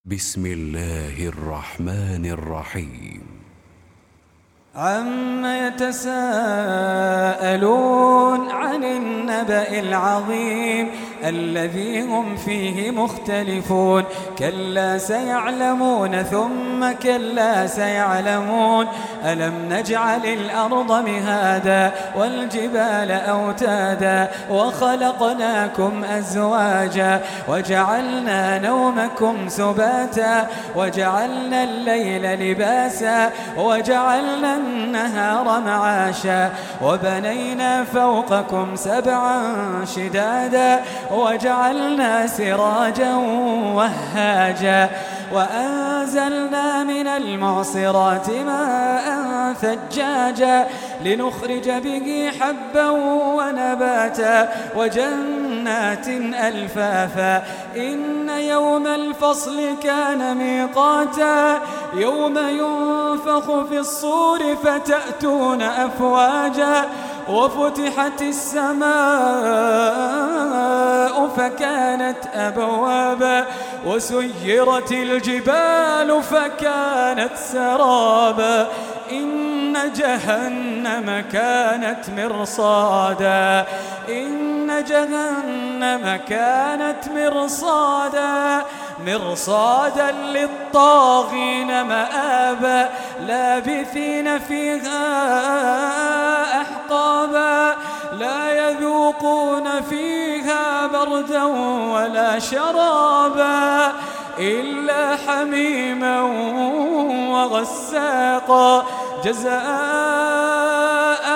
بسم الله الرحمن الرحيم. عم يتساءلون عن النبأ العظيم الذي هم فيه مختلفون. كلا سيعلمون ثم كلا سيعلمون. ألم نجعل الأرض مهادا والجبال أوتادا وخلقناكم أزواجا وجعلنا نومكم سباتا وجعلنا الليل لباسا وجعلنا النهار معاشا وبنينا فوقكم سبعا شدادا وجعلنا سراجا وهاجا وأنزلنا من المعصرات ماء ثجاجا لنخرج به حبا ونباتا وجنات ألفافا. إن يوم الفصل كان ميقاتا يوم ينفخ في الصور فتأتون أفواجا وفتحت السماء فكانت أبوابا وسيرت الجبال فكانت سرابا. إن جهنم كانت مرصادا إن جهنم كانت مرصادا للطاغين مآبا لابثين فيها أحقابا لا يذوقون فيها بردا ولا شرابا إلا حميما وغساقا جزاء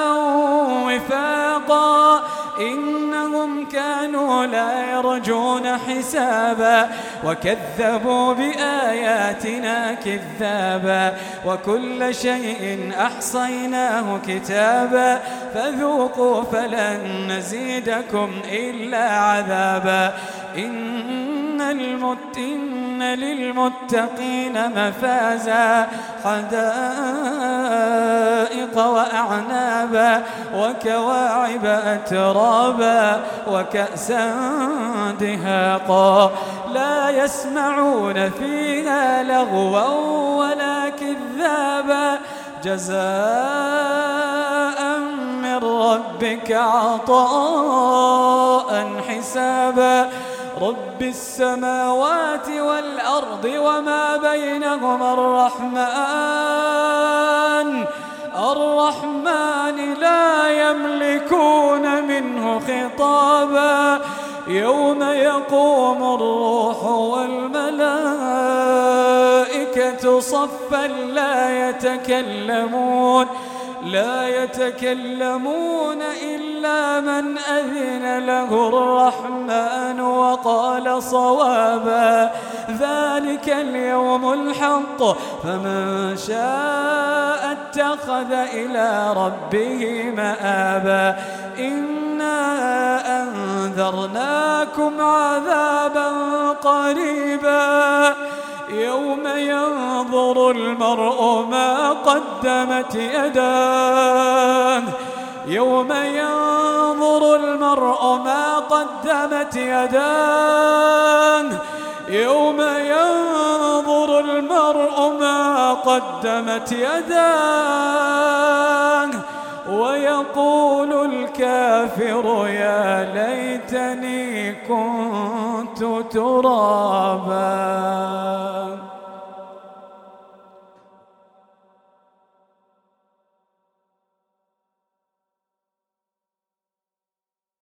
وفاقا. إنهم كانوا لا يرجون حسابا وكذبوا بآياتنا كذابا وكل شيء أحصيناه كتابا فذوقوا فلن نزيدكم إلا عذابا. إن للمتقين مفازا حدائق وأعنابا وكواعب أترابا وكأسا دهاقا لا يسمعون فيها لغوا ولا كذابا جزاء من ربك عطاء حسابا. رب السماوات والأرض وما بينهما الرحمن لا يملكون منه خطابا. يوم يقوم الروح والملائكة صفا لا يتكلمون إلا من أذن له الرحمن وقال صوابا. ذلك اليوم الحق فمن شاء اتخذ إلى ربه مآبا. إنا أنذرناكم عذابا قريبا يوم ينظر المرء ما قدمت يداه يوم ينظر المرء ما قدمت يداه يوم ينظر المرء ما قدمت يداه ويقول الكافر يا ليتني كنت ترابا.